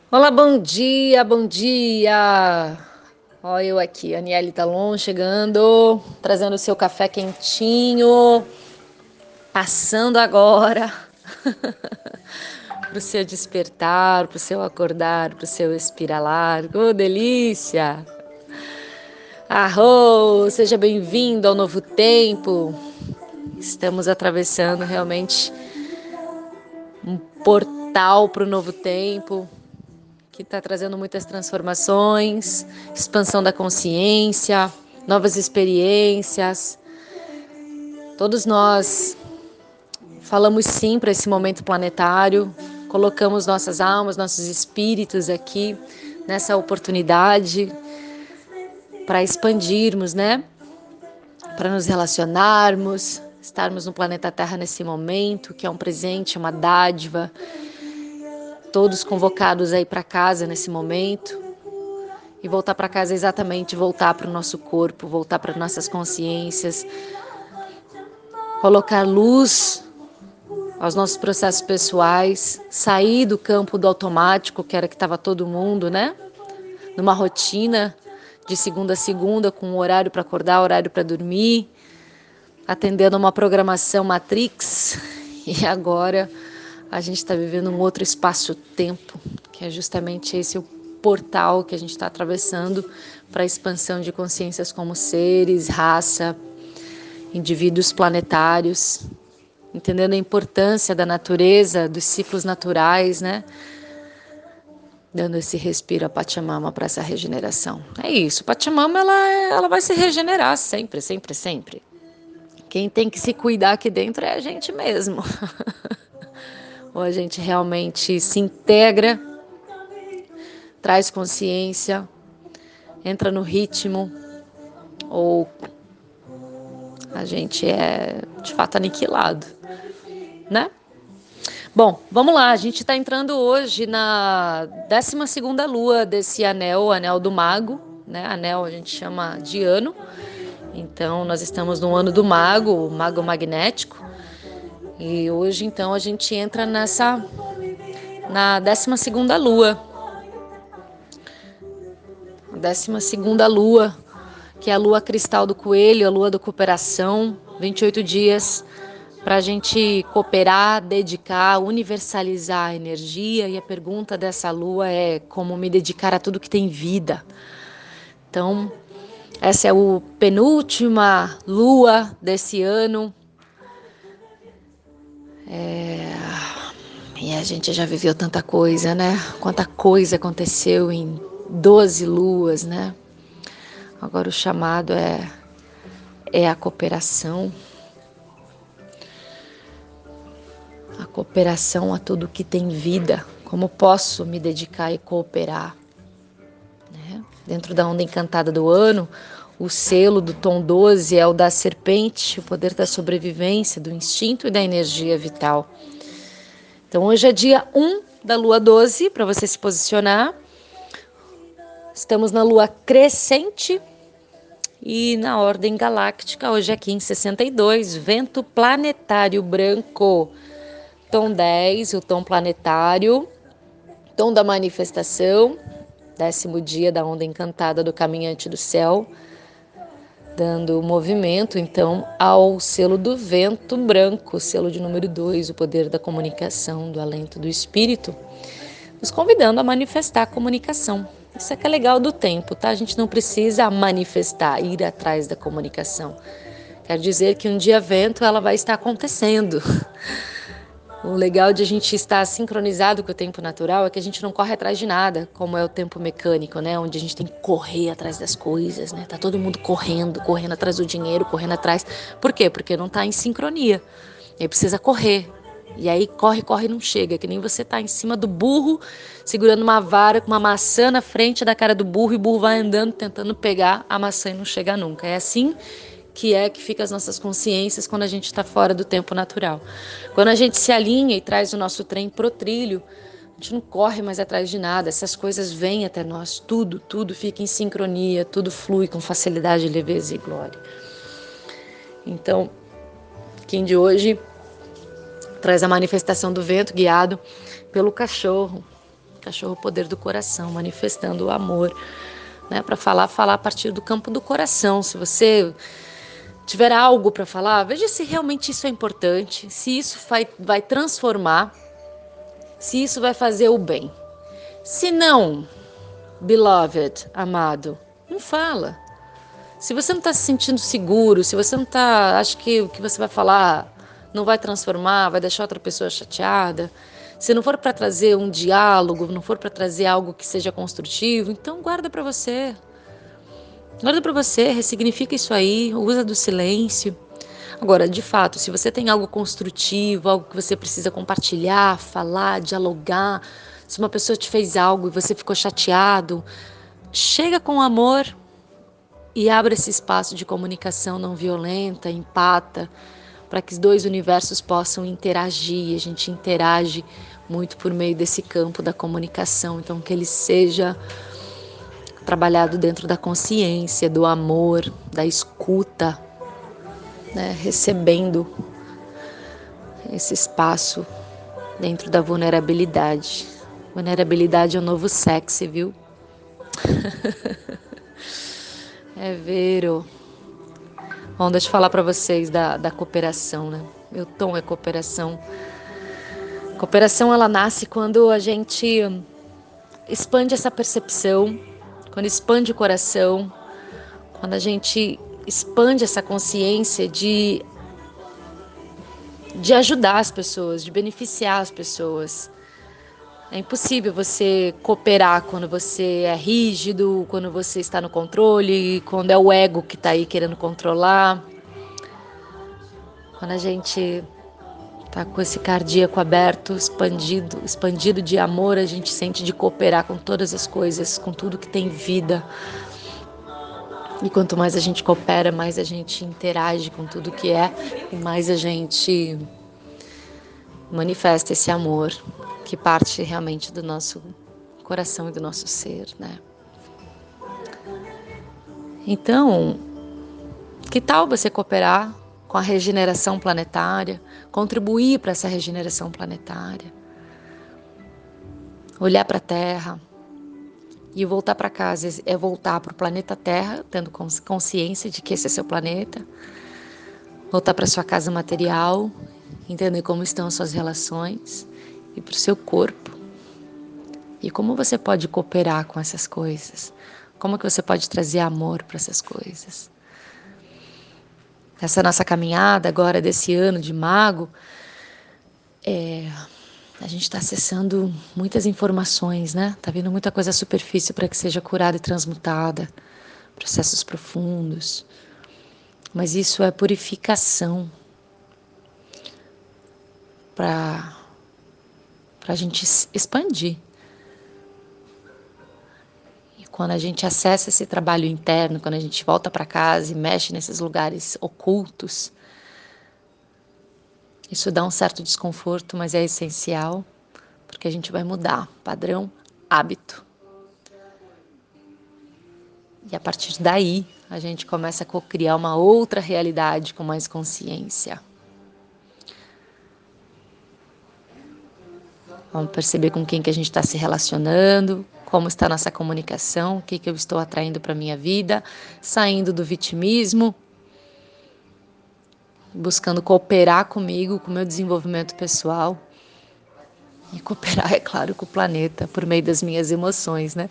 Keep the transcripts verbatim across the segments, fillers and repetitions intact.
Olá, bom dia, bom dia. Ó, eu aqui, Aniele Talon chegando, trazendo o seu café quentinho, passando agora para o seu despertar, para o seu acordar, para o seu espiralar. Ô, delícia! Arro, seja bem-vindo ao novo tempo. Estamos atravessando realmente um portal para o novo tempo, que está trazendo muitas transformações, expansão da consciência, novas experiências. Todos nós falamos sim para esse momento planetário, colocamos nossas almas, nossos espíritos aqui nessa oportunidade para expandirmos, né? Para nos relacionarmos, estarmos no planeta Terra nesse momento, que é um presente, uma dádiva. Todos convocados aí para casa nesse momento. E voltar para casa é exatamente voltar para o nosso corpo, voltar para nossas consciências, colocar luz aos nossos processos pessoais, sair do campo do automático, que era que estava todo mundo, né? Numa rotina de segunda a segunda, com um horário para acordar, horário para dormir, atendendo a uma programação Matrix. E agora a gente está vivendo um outro espaço-tempo, que é justamente esse o portal que a gente está atravessando para a expansão de consciências como seres, raça, indivíduos planetários, entendendo a importância da natureza, dos ciclos naturais, né? Dando esse respiro a Pachamama para essa regeneração. É isso, Pachamama ela, ela vai se regenerar sempre, sempre, sempre. Quem tem que se cuidar aqui dentro é a gente mesmo. Ou a gente realmente se integra, traz consciência, entra no ritmo, ou a gente é de fato aniquilado, né? Bom, vamos lá, a gente está entrando hoje na décima segunda lua desse anel, o anel do mago, né? Anel a gente chama de ano, então nós estamos no ano do mago, o mago magnético, e hoje então a gente entra nessa, na décima segunda lua, a décima segunda lua, que é a lua cristal do coelho, a lua da cooperação, vinte e oito dias para a gente cooperar, dedicar, universalizar a energia. E a pergunta dessa lua é como me dedicar a tudo que tem vida. Então, essa é a penúltima lua desse ano. É... E a gente já viveu tanta coisa, né? Quanta coisa aconteceu em doze luas, né? Agora o chamado é, é a cooperação. A cooperação a tudo que tem vida. Como posso me dedicar e cooperar? Né? Dentro da onda encantada do ano, o selo do tom doze é o da serpente, o poder da sobrevivência, do instinto e da energia vital. Então hoje é dia um da lua doze, para você se posicionar. Estamos na lua crescente e na ordem galáctica, hoje é quinze sessenta e dois, vento planetário branco. Tom dez, o tom planetário, tom da manifestação, décimo dia da onda encantada do caminhante do céu, dando movimento então ao selo do vento branco, selo de número dois, o poder da comunicação, do alento do espírito, nos convidando a manifestar a comunicação. Isso é que é legal do tempo, tá? A gente não precisa manifestar, ir atrás da comunicação. Quer dizer que um dia vento ela vai estar acontecendo. O legal de a gente estar sincronizado com o tempo natural é que a gente não corre atrás de nada, como é o tempo mecânico, né? Onde a gente tem que correr atrás das coisas, né? Tá todo mundo correndo, correndo atrás do dinheiro, correndo atrás. Por quê? Porque não tá em sincronia. E aí precisa correr. E aí corre, corre e não chega. Que nem você tá em cima do burro, segurando uma vara com uma maçã na frente da cara do burro e o burro vai andando, tentando pegar a maçã e não chega nunca. É assim que é que fica as nossas consciências quando a gente está fora do tempo natural. Quando a gente se alinha e traz o nosso trem pro trilho, a gente não corre mais atrás de nada, essas coisas vêm até nós, tudo, tudo fica em sincronia, tudo flui com facilidade, leveza e glória. Então, Kim de hoje traz a manifestação do vento guiado pelo cachorro. cachorro poder do coração, manifestando o amor, né? Para falar, falar a partir do campo do coração. Se você tiver algo para falar, veja se realmente isso é importante, se isso vai, vai transformar, se isso vai fazer o bem. Se não, beloved, amado, não fala. Se você não está se sentindo seguro, se você não está, acha que o que você vai falar não vai transformar, vai deixar outra pessoa chateada, se não for para trazer um diálogo, não for para trazer algo que seja construtivo, então guarda para você. Guarda para você, ressignifica isso aí, usa do silêncio. Agora, de fato, se você tem algo construtivo, algo que você precisa compartilhar, falar, dialogar, se uma pessoa te fez algo e você ficou chateado, chega com amor e abre esse espaço de comunicação não violenta, empata, para que os dois universos possam interagir. A gente interage muito por meio desse campo da comunicação, então que ele seja trabalhado dentro da consciência, do amor, da escuta, né? Recebendo esse espaço dentro da vulnerabilidade. Vulnerabilidade é o novo sexy, viu? É vero. Bom, deixa eu falar para vocês da, da cooperação, né? Meu tom é cooperação. Cooperação, ela nasce quando a gente expande essa percepção, quando expande o coração, quando a gente expande essa consciência de, de ajudar as pessoas, de beneficiar as pessoas. É impossível você cooperar quando você é rígido, quando você está no controle, quando é o ego que está aí querendo controlar. Quando a gente está com esse cardíaco aberto, expandido, expandido de amor, a gente sente de cooperar com todas as coisas, com tudo que tem vida. E quanto mais a gente coopera, mais a gente interage com tudo que é e mais a gente manifesta esse amor que parte realmente do nosso coração e do nosso ser, né? Então, que tal você cooperar com a regeneração planetária, contribuir para essa regeneração planetária, olhar para a Terra e voltar para casa, é voltar para o planeta Terra, tendo consciência de que esse é seu planeta, voltar para sua casa material, entender como estão as suas relações e para o seu corpo. E como você pode cooperar com essas coisas? Como que você pode trazer amor para essas coisas? Essa nossa caminhada agora desse ano de mago, é, a gente está acessando muitas informações, né? Tá vindo muita coisa à superfície para que seja curada e transmutada, processos profundos. Mas isso é purificação para para a gente expandir. Quando a gente acessa esse trabalho interno, quando a gente volta para casa e mexe nesses lugares ocultos, isso dá um certo desconforto, mas é essencial, porque a gente vai mudar padrão, hábito. E a partir daí, a gente começa a co-criar uma outra realidade com mais consciência. Vamos perceber com quem que a gente está se relacionando, como está a nossa comunicação, o que, que eu estou atraindo para a minha vida, saindo do vitimismo, buscando cooperar comigo, com o meu desenvolvimento pessoal. E cooperar, é claro, com o planeta, por meio das minhas emoções, né?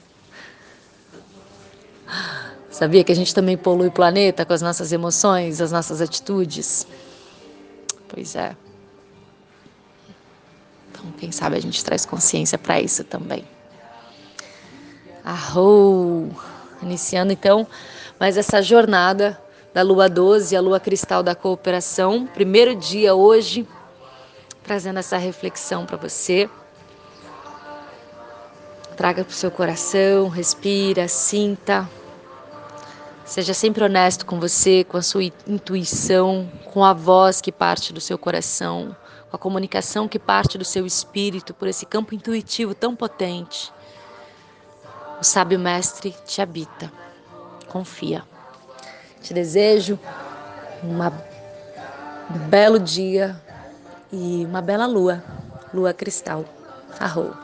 Sabia que a gente também polui o planeta com as nossas emoções, as nossas atitudes? Pois é. Então, quem sabe a gente traz consciência para isso também. Arrou! Iniciando então mais essa jornada da Lua doze, a Lua Cristal da Cooperação. Primeiro dia hoje, trazendo essa reflexão para você. Traga para o seu coração, respira, sinta. Seja sempre honesto com você, com a sua intuição, com a voz que parte do seu coração, com a comunicação que parte do seu espírito, por esse campo intuitivo tão potente. O sábio mestre te habita. Confia. Te desejo uma, um belo dia e uma bela lua, lua cristal. Arrou.